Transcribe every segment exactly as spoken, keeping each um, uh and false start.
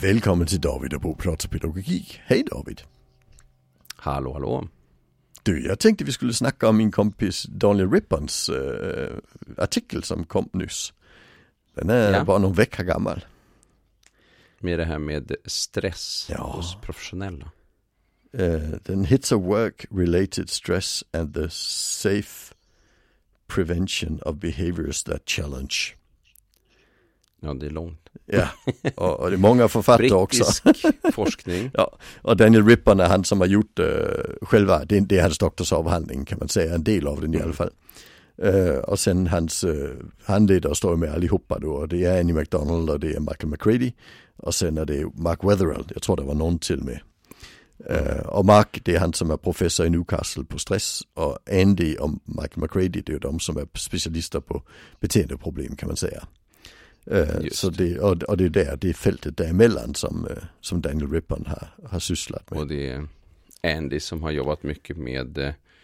Välkommen till David och Bo pratar pedagogik. Hej David. Hallå, hallå. Du, jag tänkte vi skulle snacka om min kompis Daniel Rippons äh, artikel som kom nyss. Den är ja. bara någon vecka gammal. Med det här med stress ja. hos professionella. Uh, den heter Work-Related Stress and the Safe Prevention of Behaviors That Challenge. Ja, det är långt. Ja, och, och det är många författare också. Brittisk forskning. Ja, och Daniel Rippon är han som har gjort uh, själva, det, det är hans doktorsavhandling kan man säga, en del av den i alla fall. Uh, och sen hans uh, handledare står med allihopa då, och det är Annie McDonald och det är Michael McCready. Och sen är det Mark Wetherell, jag tror det var någon till med. Uh, och Mark, det är han som är professor i Newcastle på stress, och Andy och Michael McCready, det är de som är specialister på beteendeproblem kan man säga. Uh, så det, och, och det är där, det är fältet däremellan som, uh, som Daniel Rippon har, har sysslat med. Och det är Andy som har jobbat mycket med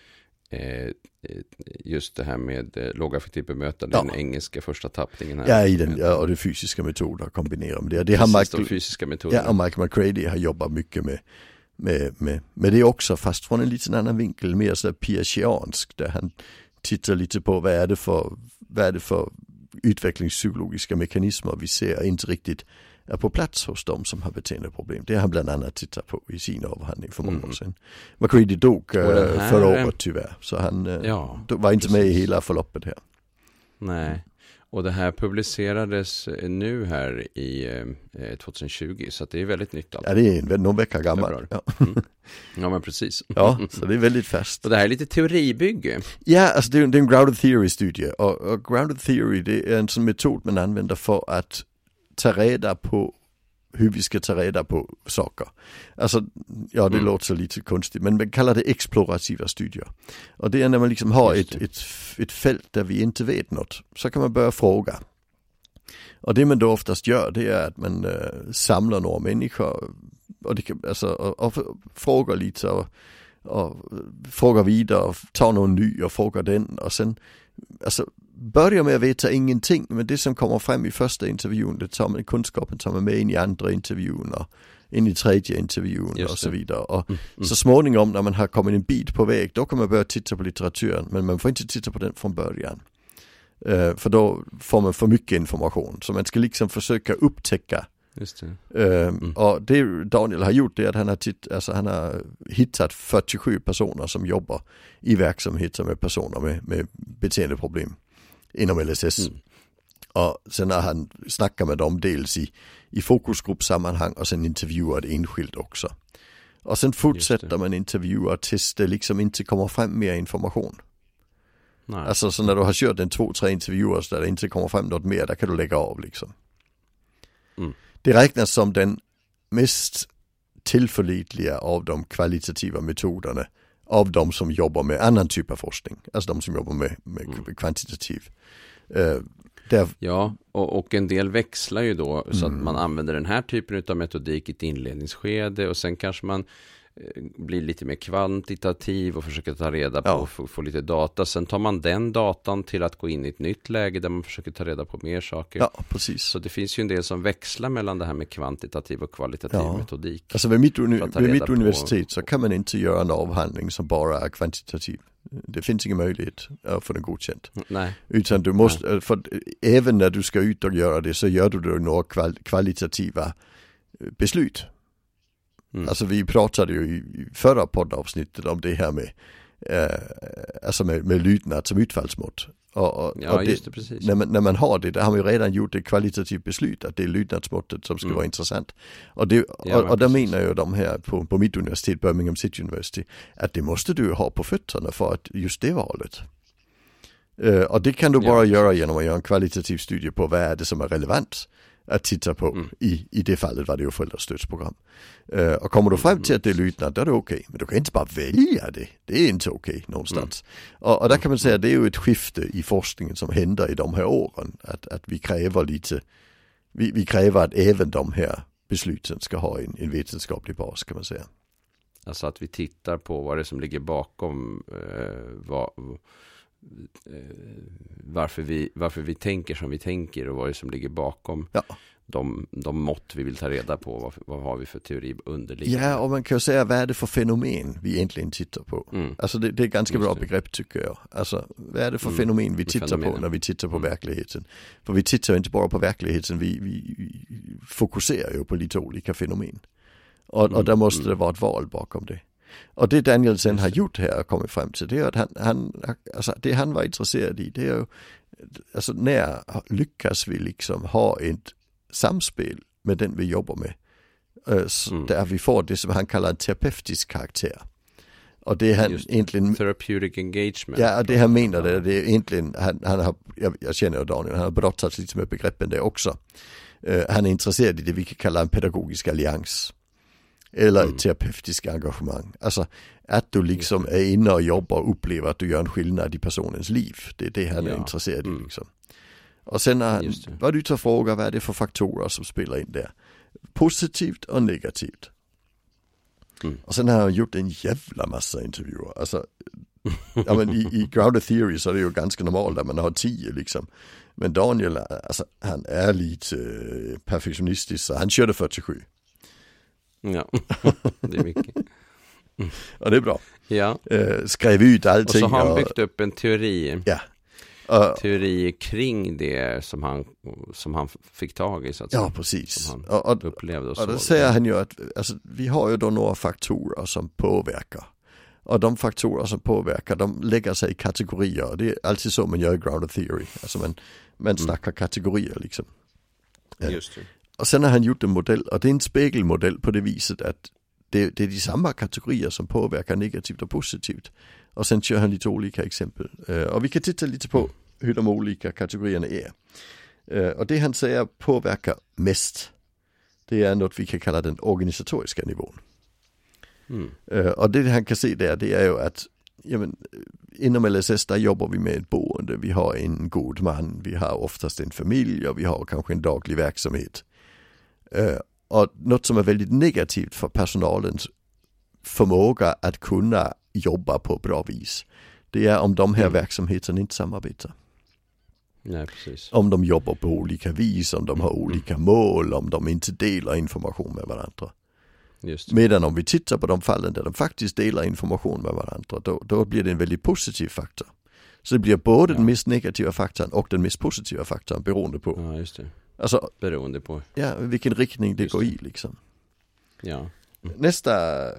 eh, just det här med eh, lågaffektivt bemötande, ja. Den engelska första tappningen här. Ja, i den, ja, och det fysiska metoder kombinerar med det. Det har Michael, de fysiska metoder. Ja, och Michael McCready har jobbat mycket med, med, med, med det också, fast från en liten annan vinkel, mer så piagetiansk, där han tittar lite på vad är det för, vad är det för utvecklingspsykologiska mekanismer vi ser inte riktigt är på plats hos dem som har beteendeproblem. Det har han bland annat tittat på i sin avhandling för många mm. år sedan. McCready dog här, förra året tyvärr, så han ja, var inte precis. med i hela förloppet här. Nej, och det här publicerades nu här i eh, tjugo, så att det är väldigt nytt. Alltså. Ja, det är någon vecka gammal. Ja. Mm. ja, men precis. Ja, så det är väldigt fast. Och det här är lite teoribygge. Ja, alltså det är, det är en grounded theory-studie. Och, och grounded theory, det är en sån metod man använder för att ta reda på hur vi ska ta reda på saker. Alltså, ja det mm. låter så lite konstigt, men man kallar det explorativa studier. Och det är när man liksom har ett, ett, ett fält där vi inte vet något, så kan man börja fråga. Och det man då oftast gör, det är att man äh, samlar några människor och, det kan, alltså, och, och frågar lite och, och frågar vidare och tar någon ny och frågar den och sen alltså börjar med att veta ingenting, men det som kommer fram i första intervjun, det tar man, kunskapen tar man med in i andra intervjun och in i tredje intervjun och så vidare. Och mm, mm. så småningom när man har kommit en bit på väg, då kan man börja titta på litteraturen, men man får inte titta på den från början. Uh, för då får man för mycket information, så man ska liksom försöka upptäcka. Just det. Uh, mm. Och det Daniel har gjort är att han har, titt, alltså han har hittat fyrtiosju personer som jobbar i verksamheter med personer med, med beteendeproblem inom L S S. Mm. Och sen har han snackat med dem dels i, i fokusgruppsammanhang och sen intervjuat enskilt också. Och sen fortsätter man intervjua tills det liksom inte kommer fram mer information. Nej. Alltså så när du har kört en två, tre intervjuer så där det inte kommer fram något mer, där kan du lägga av liksom. Mm. Det räknas som den mest tillförlitliga av de kvalitativa metoderna av de som jobbar med annan typ av forskning. Alltså de som jobbar med, med mm. kvantitativ. Uh, där... Ja, och, och en del växlar ju då så mm. att man använder den här typen av metodik i ett inledningsskede och sen kanske man eh, blir lite mer kvantitativ och försöker ta reda på ja. och få, få lite data. Sen tar man den datan till att gå in i ett nytt läge där man försöker ta reda på mer saker. Ja, precis. Så det finns ju en del som växlar mellan det här med kvantitativ och kvalitativ ja. metodik. Alltså vid mitt, uni- vid mitt universitet på... så kan man inte göra en avhandling som bara är kvantitativ. Det finns ingen möjlighet för den godkänt. Nej. Utan du måste, Nej. för även när du ska ut och göra det så gör du då några kval- kvalitativa beslut. Mm. Alltså vi pratade ju i förra poddavsnittet om det här med, eh, alltså med, med lydnad som utfallsmått. Och, och, ja, och det, just det, precis. När man, när man har det, där har man ju redan gjort ett kvalitativt beslut att det är lydnadsmåttet som ska mm. vara intressant. Och, det, ja, och, och där menar ju de här på, på mitt universitet, Birmingham City University, att det måste du ha på fötterna för att just det valet. Uh, och det kan du bara ja, göra genom att göra en kvalitativ studie på vad är det som är relevant att titta på. Mm. I, I det fallet var det ju föräldrastödsprogram. Uh, och kommer du fram till att det är lydnad, då är det okej. Okay. Men du kan inte bara välja det. Det är inte okej okay någonstans. Mm. Och, och där kan man säga att det är ju ett skifte i forskningen som händer i de här åren. Att, att vi kräver lite, vi, vi kräver att även de här besluten ska ha en, en vetenskaplig bas kan man säga. Alltså att vi tittar på vad det är som ligger bakom eh, vad... varför vi, varför vi tänker som vi tänker och vad det är som ligger bakom ja. de, de mått vi vill ta reda på, vad, vad har vi för teori underliggande. Ja, och man kan ju säga, vad är det för fenomen vi egentligen tittar på? Mm. Alltså det, det är ett ganska Just bra det. begrepp tycker jag. Alltså vad är det för mm. fenomen vi tittar fenomen. på när vi tittar på mm. verkligheten? För vi tittar inte bara på verkligheten, vi, vi, vi fokuserar ju på lite olika fenomen. Och, mm. och där måste mm. det vara ett val bakom det. Och det Danielsen har gjort här och kommit fram till, det är att han, han, alltså det han var intresserad i, det är ju, alltså när lyckas vi liksom ha ett samspel med den vi jobbar med, mm. där vi får det som han kallar en terapeutisk karaktär. Och det är han Just egentligen... Therapeutic engagement. Ja, och det han menar det, det är egentligen, han, han har, jag, jag känner ju Daniel, han har brottats lite med begreppen det också. Uh, han är intresserad i det vi kan kalla en pedagogisk allians. Eller mm. ett terapeutiskt engagemang. Alltså att du liksom är inne och jobbar och upplever att du gör en skillnad i personens liv. Det är det han ja. är intresserad mm. i liksom. Och sen när han var du tar fråga, vad är det för faktorer som spelar in där? Positivt och negativt. Mm. Och sen har han gjort en jävla massa intervjuer. Alltså, ja, men i, i Grounded Theory så är det ju ganska normalt att man har tio liksom. Men Daniel, alltså, han är lite uh, perfektionistisk så han körde fyrtiosju. Ja, det är mycket. Mm. Ja, det är bra. Ja. Uh, skrev ut allting. Och så har han byggt upp en teori. Ja. Uh, teori kring det som han, som han fick tag i så att ja, säga, precis. Som han och, och, upplevde och, och så. då säger han ju att alltså, vi har ju då några faktorer som påverkar. Och de faktorer som påverkar, de lägger sig i kategorier. Och det är alltid så man gör i Grounded Theory. Alltså man, man snackar mm. kategorier liksom. Just det. Och sen har han gjort en modell, och det är en spegelmodell på det viset att det, det är de samma kategorier som påverkar negativt och positivt. Och sen kör han lite olika exempel. Uh, och vi kan titta lite på hur de olika kategorierna är. Uh, och det han säger påverkar mest, det är något vi kan kalla den organisatoriska nivån. Mm. Uh, och det han kan se där, det är ju att jamen, inom L S S där jobbar vi med ett boende, vi har en god man, vi har oftast en familj och vi har kanske en daglig verksamhet. Uh, och något som är väldigt negativt för personalens förmåga att kunna jobba på bra vis, det är om de här mm. verksamheterna inte samarbetar. Nej, precis. Om de jobbar på olika vis, om de har olika mm. mål, om de inte delar information med varandra. Just. Medan om vi tittar på de fallen där de faktiskt delar information med varandra, då, då blir det en väldigt positiv faktor. Så det blir både ja. den mest negativa faktorn och den mest positiva faktorn beroende på. Ja, just det. Alltså, beroende på. Ja, vilken riktning det just går i liksom. Ja. Mm. Nästa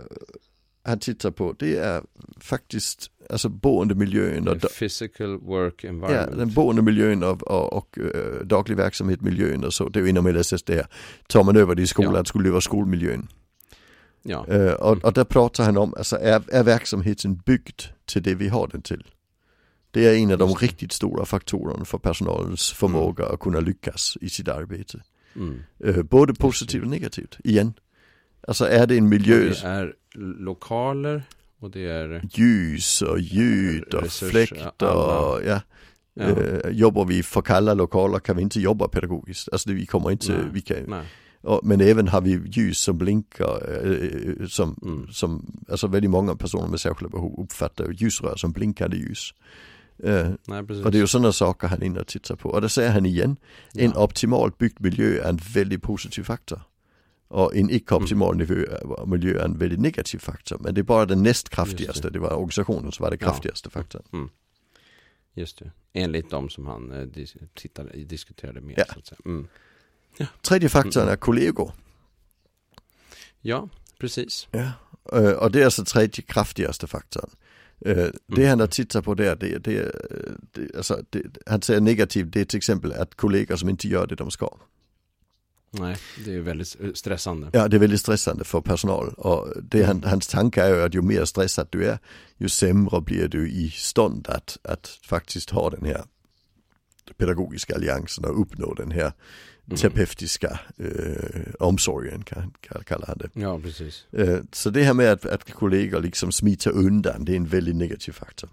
han tittar på, det är faktiskt alltså boendemiljön och physical work environment. Ja, den boendemiljön och, och, och uh, daglig verksamhet miljön och så. Det är ju inom L S S där. Tar man över det i skolan ja. skulle det vara skolmiljön. Ja. Uh, och, och där pratar han om, alltså är, är verksamheten byggd till det vi har den till? Det är en av de riktigt stora faktorerna för personalens förmåga mm. att kunna lyckas i sitt arbete. Mm. Uh, både positivt och negativt, igen. Alltså är det en miljö... Det är lokaler och det är... ljus och ljud och fläkt och ja. Ja. Uh, jobbar vi för kalla lokaler kan vi inte jobba pedagogiskt. Alltså det, vi kommer inte... Nej. Vi kan, Nej. och, men även har vi ljus som blinkar uh, som, mm. som... Alltså väldigt många personer med särskilda behov uppfattar ljusrör som blinkande ljus. Uh, Nej, och det är ju sådana saker han inne och tittar på. Och där säger han igen, ja. en optimalt byggd miljö är en väldigt positiv faktor. Och en icke-optimal mm. miljö är en väldigt negativ faktor. Men det är bara den näst kraftigaste. Det. det var organisationen som var det kraftigaste ja. faktorn. Mm. Just det. Enligt dem som han eh, dis- tittade, diskuterade med. Ja. Så att säga. Mm. Ja. Tredje faktorn är kollegor. Ja, precis. Ja. Och det är alltså tredje kraftigaste faktorn. Det mm. han har tittat på där, det, det, det, alltså, det, han säger negativt, det är till exempel att kollegor som inte gör det de ska. Nej, det är väldigt stressande. Ja, det är väldigt stressande för personal. Och det, han, hans tanke är ju att ju mer stressad du är, ju sämre blir du i stånd att, att faktiskt ha den här pedagogiska alliansen och uppnå den här mm. terapeutiska eh, omsorgen, kan, kan kalla han det. Ja, precis. Eh, så det här med att, att kollegor liksom smiter undan, det är en väldigt negativ faktor.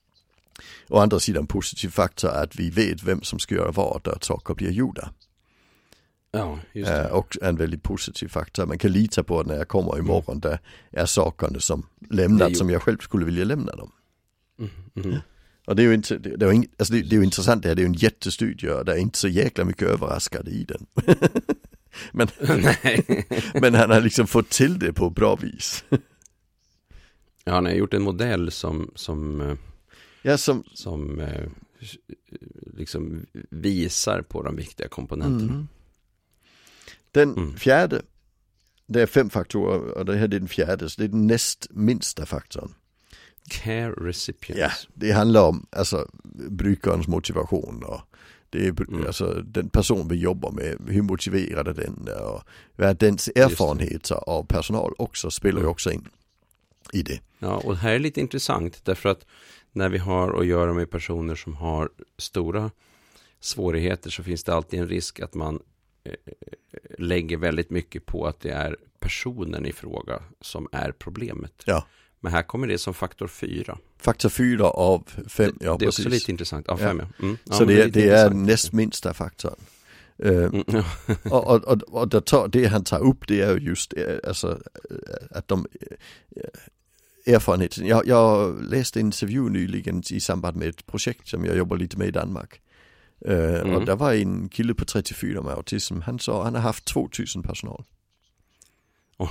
Å andra sidan positiv faktor är att vi vet vem som ska göra vad och att saker blir gjorda. Ja, just det. Och en väldigt positiv faktor. Man kan lita på att när jag kommer imorgon, där är sakerna som lämnat som jag själv skulle vilja lämna dem. Mm. Mm. Och det är ju inte, det, det, är, alltså det, det är ju intressant det här, det är ju en jättestudie och det är inte så jäkla mycket överraskande i den. men, men han har liksom fått till det på bra vis. Ja, han har gjort en modell som som, ja, som, som liksom visar på de viktiga komponenterna. Mm. Den mm. fjärde, det är fem faktorer och det här är den fjärde, så det är den näst minsta faktorn. Care recipients. Ja, det handlar om alltså brukarens motivation och det är mm. alltså den person vi jobbar med, hur motiverad är den och vad dens erfarenheter av personal också spelar ju också in i det. Ja, och det här är lite intressant därför att när vi har att göra med personer som har stora svårigheter så finns det alltid en risk att man eh, lägger väldigt mycket på att det är personen i fråga som är problemet. Ja. Men här kommer det som faktor fyra. Faktor fyra av fem, det, ja det är precis. också lite intressant. Av fem, ja. Ja. Mm. Ja, så det, är, det är intressant. Näst minsta faktorn. Uh, mm. och och, och, och det, tar, det han tar upp det är just alltså, att de erfarenheten. Jag, jag läste en intervju nyligen i samband med ett projekt som jag jobbar lite med i Danmark. Uh, mm. Och där var en kille på trettiofyra med autism. Han sa han har haft tvåtusen personal. Oh.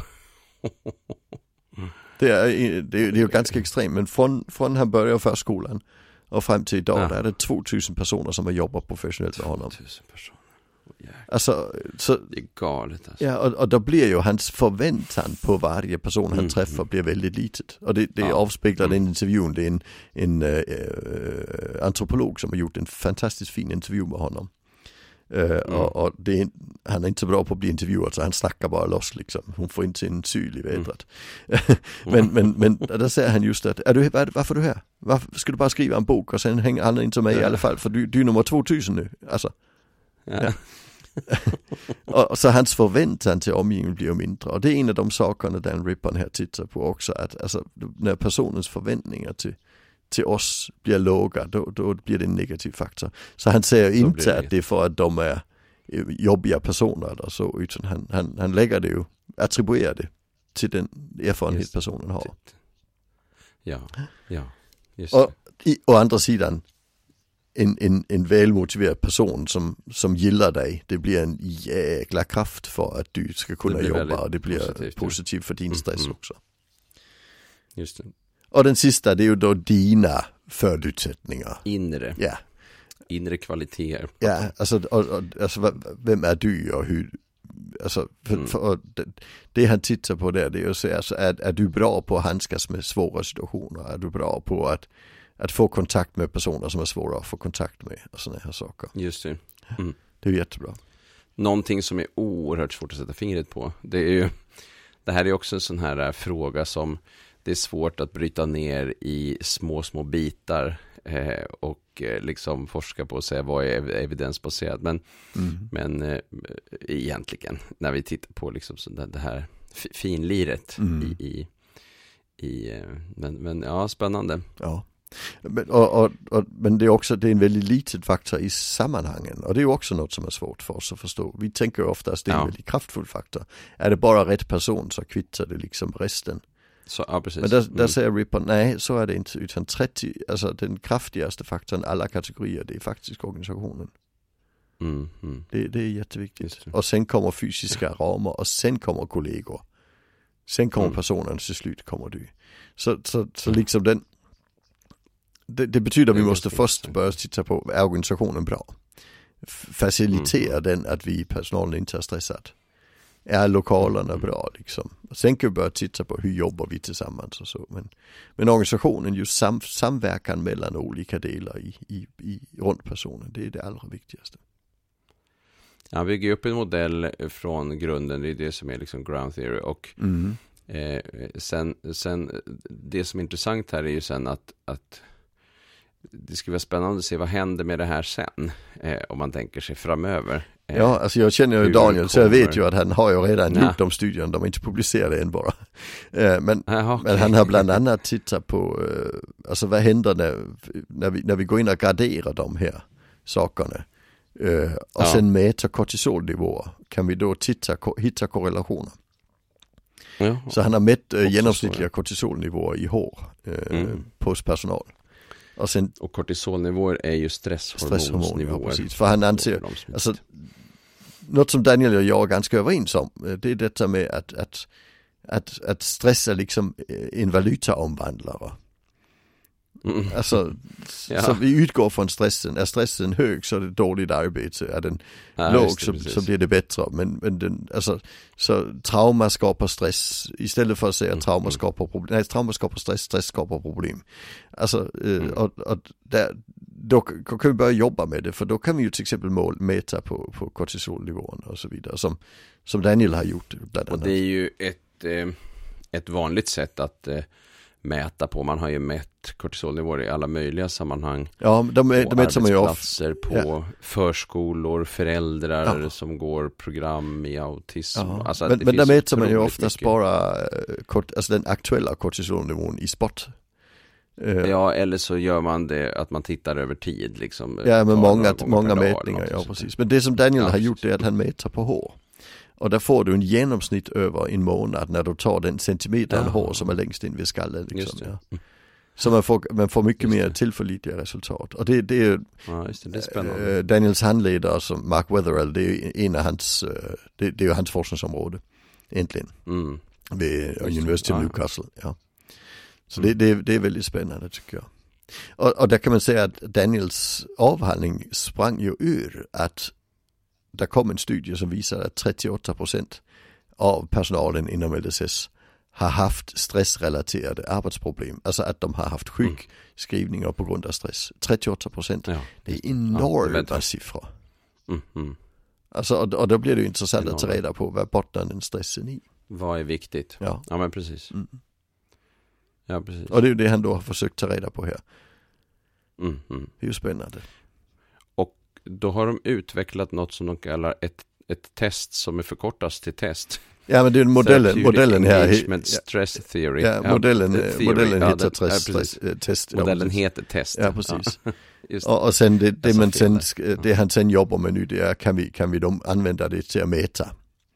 Det är, det, är, det är ju ganska extremt, men från, från han började förskolan och fram till idag, ja. Där är det tvåtusen personer som har jobbat professionellt med honom. tvåtusen personer. Oh, alltså, så, det är galet alltså. Ja, och, och då blir ju hans förväntan på varje person han mm, träffar mm. blir väldigt litet. Och det, det ja. avspeglar mm. den intervjun, det är en, en äh, antropolog som har gjort en fantastiskt fin intervju med honom. Uh, mm. och, och det är, han är inte så bra på att bli intervjuad så han snackar bara loss liksom. Hon får inte sin syl i vädret. Mm. men, men, men där säger han just att är du, var, varför är du här? Varför ska du bara skriva en bok och sen hänger han inte med ja. i alla fall för du, du är nummer tvåtusen nu. Alltså. Ja. Ja. och, så hans förväntan till omgivningen blir mindre och det är en av de sakerna Dan Rippon här tittar på också att alltså, när personens förväntningar till till oss blir låga, då, då blir det en negativ faktor. Så han säger så inte det. Att det är för att de är jobbiga personer eller så, utan han, han, han lägger det ju, attribuerar det till den erfarenhet just personen har. Ja, ja. Just och i, å andra sidan, en, en, en välmotiverad person som, som gillar dig, det blir en jäkla kraft för att du ska kunna jobba och det blir positivt, positivt ja. för din stress mm, mm. också. Just det. Och den sista, det är ju då dina förutsättningar. Inre. Ja. Inre kvaliteter. Ja, alltså, och, och, alltså vem är du och hur, alltså, för, mm. för, det, det han tittar på där, det är att säga, alltså, är, är du bra på att handskas med svåra situationer? Är du bra på att, att få kontakt med personer som är svåra att få kontakt med och sådana här saker? Just det. Mm. Det är jättebra. Någonting som är oerhört svårt att sätta fingret på, det är ju, det här är också en sån här äh, fråga som det är svårt att bryta ner i små, små bitar eh, och eh, liksom forska på och säga vad är evidensbaserat. Men, mm. men eh, egentligen, när vi tittar på liksom så det här finliret mm. i, i, i eh, men, men ja, spännande. Ja, men, och, och, och, men det är också det är en väldigt litet faktor i sammanhangen. Och det är också något som är svårt för oss att förstå. Vi tänker ofta att det är en ja. väldigt kraftfull faktor. Är det bara rätt person så kvittar det liksom resten. Så, ja, precis. Men där, där mm. säger Rippon, nej så är det inte, utan trettio, alltså den kraftigaste faktorn alla kategorier, det är faktiskt organisationen. Mm, mm. Det, det är jätteviktigt. Och sen kommer fysiska ramar och sen kommer kollegor. Sen kommer mm. personen, till slut kommer du. Så, så, så liksom den, det, det betyder att vi måste först börja titta på, är organisationen bra? Facilitera mm. den att vi personalen inte är stressad. Är lokalerna mm. bra liksom. Sen kan vi börja titta på hur jobbar vi tillsammans och så. Men, men organisationen, just sam, samverkan mellan olika delar i, i, i runt personen, det är det allra viktigaste. Han bygger upp en modell från grunden, det är det som är liksom ground theory. Och mm. eh, sen, sen, det som är intressant här är ju sen att, att det skulle vara spännande att se vad händer med det här sen, eh, om man tänker sig framöver. Eh, ja, alltså jag känner ju Daniel så jag vet ju att han har ju redan ja. gjort de studierna, de är inte publicerade än bara. Eh, men, Aha, okay. men han har bland annat tittat på, eh, alltså vad händer när, när, vi, när vi går in och graderar de här sakerna. Eh, och ja. sen mäter kortisolnivåer, kan vi då titta, hitta korrelationer. Ja. Så han har mätt eh, genomsnittliga kortisolnivåer i hår eh, mm. hos personal. Och, sen, och kortisolnivåer är ju stresshormonsnivåer. Ja, precis. För han anser, alltså, något som Daniel och jag är ganska överens om, det är detta med att, att, att, att stress är liksom en valutaomvandlare. Mm. Alltså, ja. Så vi utgår från stressen. Är stressen hög så är det dåligt arbete. Är den ja, låg det, så, så blir det bättre. Men, men den, alltså, så trauma skapar stress. Istället för att säga att trauma mm. skapar problem. Nej, trauma skapar stress, stress skapar problem. Alltså, mm. och, och där, då kan vi börja jobba med det. För då kan vi ju till exempel mål, mäta på, på kortisolnivån och så vidare. Som, som Daniel har gjort. Bland annat. Och det är ju ett, ett vanligt sätt att mäta på. Man har ju mätt kortisolnivåer i alla möjliga sammanhang. Ja, de, de, de mäter man ju arbetsplatser, på ja. förskolor, föräldrar ja. som går program i autism. Ja. Alltså men men där mäter man ju oftast mycket. bara kort, alltså den aktuella kortisolnivån i sport. Ja, eller så gör man det att man tittar över tid. Liksom, ja, men många, många mätningar, ja precis. Men det som Daniel ja, har gjort är att han mäter på hår. Och där får du en genomsnitt över en månad när du tar den centimetern ja. hår som är längst in vid skallen. Liksom, ja. mm. Så man får, man får mycket mer tillförlitliga resultat. Och det, det är ja, just det. Det är spännande. Äh, Daniels handledare som Mark Wetherell, det är en av hans, det, det är ju hans forskningsområde egentligen. Mm. Vid University of Newcastle, ja. Så mm. det, det, det är väldigt spännande tycker jag. Och, och där kan man säga att Daniels avhandling sprang ju ur att där kom en studie som visar att trettioåtta procent av personalen inom L S S har haft stressrelaterade arbetsproblem. Alltså att de har haft sjukskrivningar på grund av stress. trettioåtta procent. Ja, det är enorma ja, siffror. Mm, mm. Alltså, och, och då blir det ju intressant att ta reda på vad bottnar den stressen i. Vad är viktigt? Ja, ja men precis. Mm. Ja, precis. Och det är ju det han då har försökt ta reda på här. Mm, mm. Det är ju spännande. Och då har de utvecklat något som de kallar ett, ett test som är förkortas till test. Ja, men det är modellen, modellen här. Engagement Stress Theory. Ja, modellen, ja, theory. modellen ja, heter det, stress, ja, stress, test. Modellen ja, heter test. Ja, precis. Ja. och, och sen det, det, man sen, det han sen jobbar med nu, det är kan vi, kan vi då använda det till att mäta.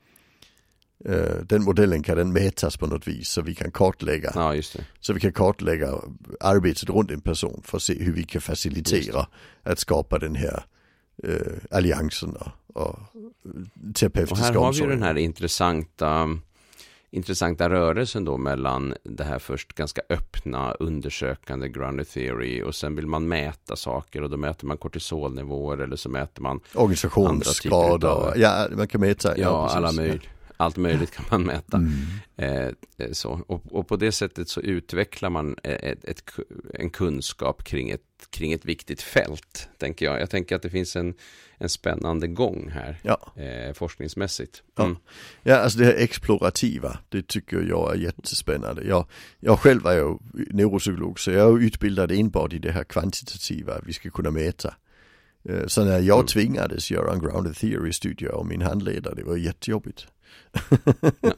Uh, den modellen kan den mätas på något vis så vi kan kartlägga ja, just det. så vi kan kartlägga arbetet runt en person för att se hur vi kan facilitera att skapa den här uh, alliansen och, och terapeutiska omsorgen. Och här har vi ju den här intressanta intressanta rörelsen då mellan det här först ganska öppna undersökande grounded theory och sen vill man mäta saker och då mäter man kortisolnivåer eller så mäter man organisationsskador. Ja, man kan mäta. Ja, ja alla möjliga. Allt möjligt kan man mäta. Mm. Eh, så. Och, och på det sättet så utvecklar man ett, ett, en kunskap kring ett, kring ett viktigt fält, tänker jag. Jag tänker att det finns en, en spännande gång här, ja. eh, forskningsmässigt. Mm. Ja. ja, alltså det här explorativa, det tycker jag är jättespännande. Jag, jag själv är ju neuropsykolog, så jag är utbildad enbart i det här kvantitativa vi ska kunna mäta. Så när jag mm. tvingades göra en grounded theory-studie om min handledare, det var jättejobbigt. Ja.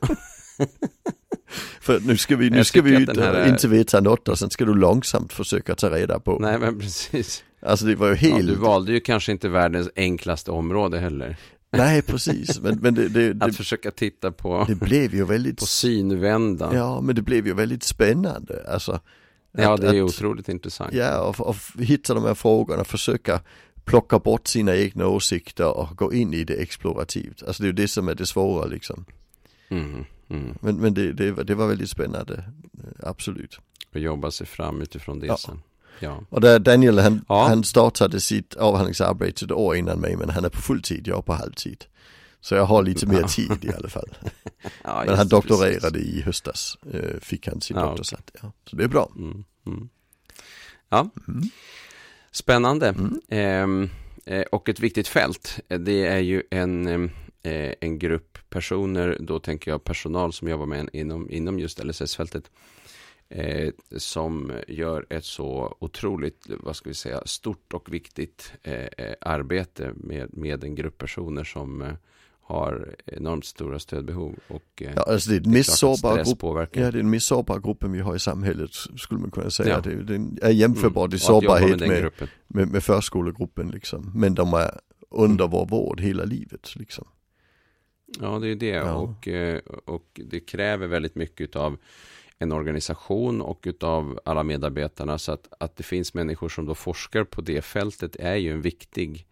För nu ska vi, nu ska vi ut och är... inte veta något och sen ska du långsamt försöka ta reda på. Nej, men precis. Alltså det var ju helt... Ja, du valde ju kanske inte världens enklaste område heller. Nej, precis. Men, men det, det, det, att försöka titta på, det blev ju väldigt... på synvända. Ja, men det blev ju väldigt spännande. Alltså, ja, att, det är ju att, otroligt intressant. Ja, och, och hitta de här frågorna, försöka plocka bort sina egna åsikter och gå in i det explorativt. Alltså det är ju det som är det svåra liksom. Mm, mm. Men, men det, det, det var väldigt spännande, absolut. Och jobba sig fram utifrån det ja. sen. Ja. Och där Daniel, han, ja. han startade sitt avhandlingsarbete ett år innan mig, men han är på fulltid, jag är på halvtid. Så jag har lite mer tid i alla fall. Ja, men han doktorerade precis. i höstas, fick han sin ja, doktorshatt. Ja. Så det är bra. Mm, mm. Ja, mm. Spännande. Mm. Eh, och ett viktigt fält, det är ju en, eh, en grupp personer, då tänker jag personal som jobbar med en inom, inom just L S S-fältet, eh, som gör ett så otroligt, vad ska vi säga, stort och viktigt eh, arbete med, med en grupp personer som eh, har enormt stora stödbehov och eh, ja, alltså det är en missårbar grupp. Påverkar. Ja, det är en missårbar gruppen vi har i samhället, skulle man kunna säga. Ja. Det, det är jämförbar mm. i sårbarhet med, med, med, med förskolegruppen liksom. Men de är under mm. vår vård hela livet liksom. Ja, det är det. Ja. Och, och det kräver väldigt mycket av en organisation och utav alla medarbetarna, så att, att det finns människor som då forskar på det fältet är ju en viktig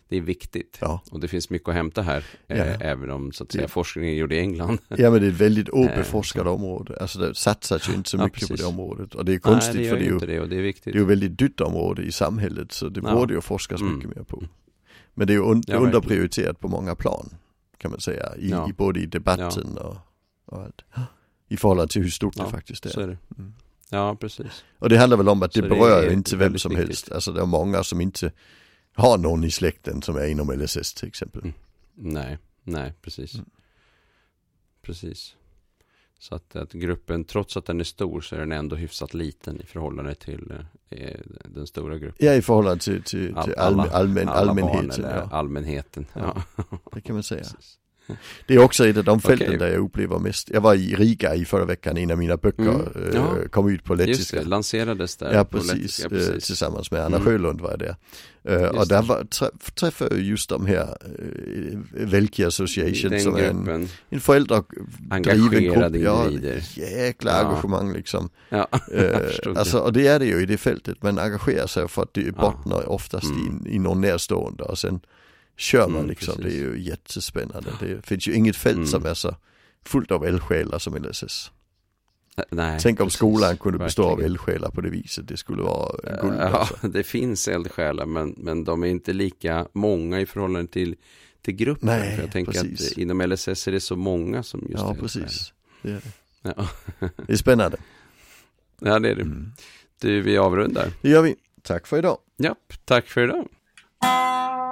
det är viktigt. Ja. Och det finns mycket att hämta här, Ja. eh, även om så att säga, Det- forskningen gjorde i England. Ja, men det är ett väldigt obeforskat område. Alltså det satsas ju inte så Ja, mycket på precis. det området. Och det är konstigt Nej, det för gör det är, ju, inte det och det är viktigt. det är ju väldigt dyrt område i samhället. Så det Ja. borde ju forskas Mm. mycket mer på. Men det är ju un- Ja, underprioriterat på många plan. Kan man säga. I, Ja. i både i debatten och, och allt. I förhållande till hur stort Ja, det faktiskt är. Så är det. Mm. Ja, precis. Och det handlar väl om att det Så det berör är ju inte vem väldigt som viktigt. helst. Alltså det är många som inte har någon i släkten som är inom L S S till exempel. Mm. Nej, nej, precis. Mm. Precis. Så att, att gruppen, trots att den är stor, så är den ändå hyfsat liten i förhållande till eh, den stora gruppen. Ja, i förhållande till, till, All- till allmän, alla- allmän, alla barn allmänheten. eller Ja, allmänheten. Ja. det kan man säga. Precis. Det är också ett av de fälten Okej. där jag upplever mest. Jag var i Riga i förra veckan innan mina böcker Mm. eh, Ja. kom ut på Just lettiska. det, lanserades där. Ja, på precis. lettiska, Eh, precis. tillsammans med Anna Mm. Sjölund var jag där. Eh, och där var, träff, träffade jag just de här uh, Velki Association Den som är en, gruppen, en föräldradriven engagerade grupp. Ja, individer. jäkla Ja. engagemang liksom. Ja, Eh, jag förstod alltså, och det är det ju i det fältet. Man engagerar sig för att det Ja. bottnar oftast Mm. i, i någon närstående och sen kör man Mm, liksom. precis. Det är ju jättespännande. Det finns ju inget fält Mm. som är så fullt av eldsjälar som L S S. Ä- Nej, Tänk om precis. skolan kunde bestå av Verkligen. eldsjälar på det viset. Det skulle vara guld. Ja, Alltså. det finns eldsjälar, men, men de är inte lika många i förhållande till, till gruppen. Nej, För jag tänker precis. att inom L S S är det så många som just Ja, eldsjälar. precis. Det är, det. Ja. det är spännande. Ja, det är det. Mm. Du, vi avrundar. Det gör vi. Tack för idag. Ja, tack för idag.